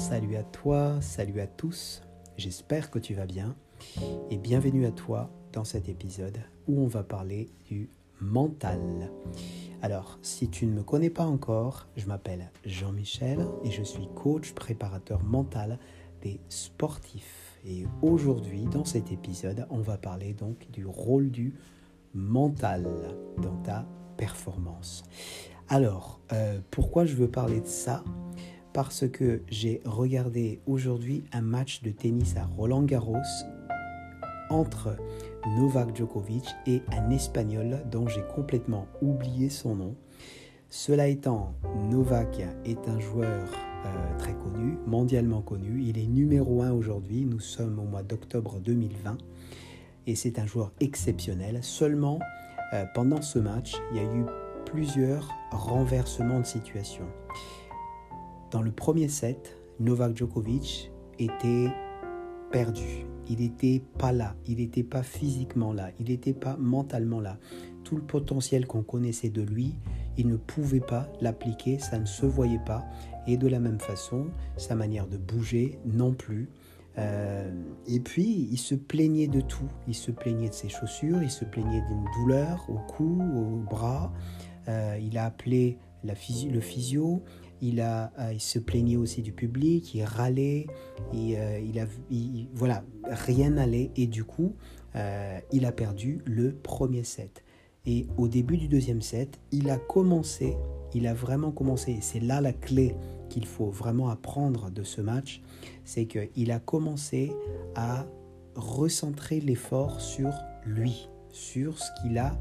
Salut à toi, salut à tous, j'espère que tu vas bien et bienvenue à toi dans cet épisode où on va parler du mental. Alors, si tu ne me connais pas encore, je m'appelle Jean-Michel et je suis coach préparateur mental des sportifs. Et aujourd'hui, dans cet épisode, on va parler donc du rôle du mental dans ta performance. Alors, pourquoi je veux parler de ça ? Parce que j'ai regardé aujourd'hui un match de tennis à Roland-Garros entre Novak Djokovic et un Espagnol dont j'ai complètement oublié son nom. Cela étant, Novak est un joueur très connu, mondialement connu. Il est numéro 1 aujourd'hui, nous sommes au mois d'octobre 2020 et c'est un joueur exceptionnel. Seulement, pendant ce match, il y a eu plusieurs renversements de situation. Dans le premier set, Novak Djokovic était perdu. Il n'était pas là, il n'était pas physiquement là, il n'était pas mentalement là. Tout le potentiel qu'on connaissait de lui, il ne pouvait pas l'appliquer, ça ne se voyait pas. Et de la même façon, sa manière de bouger non plus. Et puis, il se plaignait de tout. Il se plaignait de ses chaussures, il se plaignait d'une douleur au cou, au bras. Il a appelé le physio. Il se plaignait aussi du public, il râlait, voilà, rien n'allait et du coup, il a perdu le premier set. Et au début du deuxième set, il a vraiment commencé, et c'est là la clé qu'il faut vraiment apprendre de ce match, c'est qu'il a commencé à recentrer l'effort sur lui, sur ce qu'il a,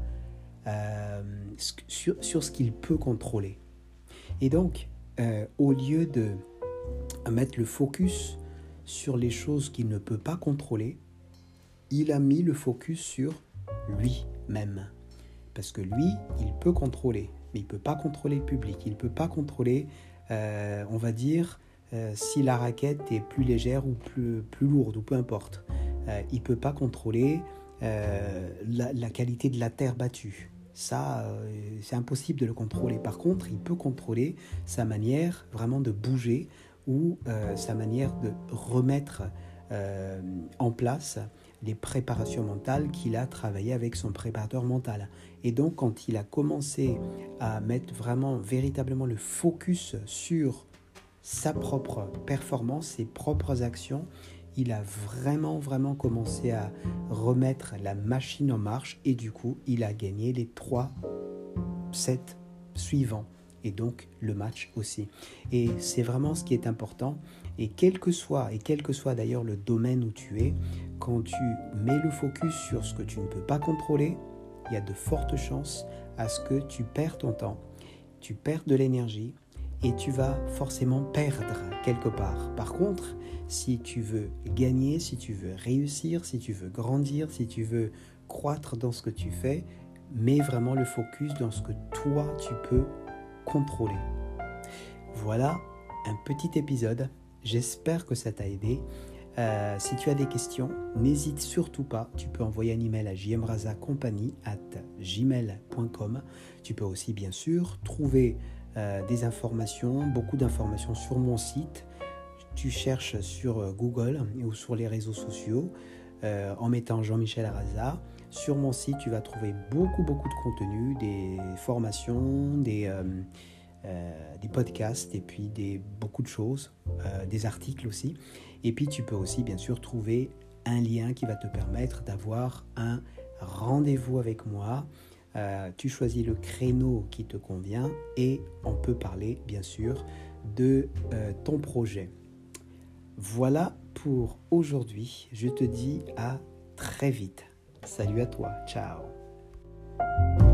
sur ce qu'il peut contrôler. Et donc, au lieu de mettre le focus sur les choses qu'il ne peut pas contrôler, il a mis le focus sur lui-même. Parce que lui, il peut contrôler, mais il ne peut pas contrôler le public. Il ne peut pas contrôler, on va dire, si la raquette est plus légère ou plus lourde, ou peu importe. Il ne peut pas contrôler la qualité de la terre battue. Ça, c'est impossible de le contrôler. Par contre, il peut contrôler sa manière vraiment de bouger ou sa manière de remettre en place les préparations mentales qu'il a travaillé avec son préparateur mental. Et donc, quand il a commencé à mettre véritablement le focus sur sa propre performance, ses propres actions, il a vraiment commencé à remettre la machine en marche et du coup, il a gagné les 3 sets suivants et donc le match aussi. Et c'est vraiment ce qui est important et quel que soit d'ailleurs le domaine où tu es, quand tu mets le focus sur ce que tu ne peux pas contrôler, il y a de fortes chances à ce que tu perds ton temps, tu perds de l'énergie et tu vas forcément perdre quelque part. Par contre, si tu veux gagner, si tu veux réussir, si tu veux grandir, si tu veux croître dans ce que tu fais, mets vraiment le focus dans ce que toi, tu peux contrôler. Voilà un petit épisode. J'espère que ça t'a aidé. Si tu as des questions, n'hésite surtout pas. Tu peux envoyer un email à jmrazacompagnie@gmail.com. Tu peux aussi, bien sûr, trouver des informations, beaucoup d'informations sur mon site. Tu cherches sur Google ou sur les réseaux sociaux en mettant Jean-Michel Araza. Sur mon site, tu vas trouver beaucoup de contenu, des formations, des podcasts et puis beaucoup de choses, des articles aussi. Et puis, tu peux aussi, bien sûr, trouver un lien qui va te permettre d'avoir un rendez-vous avec moi. Tu choisis le créneau qui te convient et on peut parler, bien sûr, de ton projet. Voilà pour aujourd'hui. Je te dis à très vite. Salut à toi. Ciao.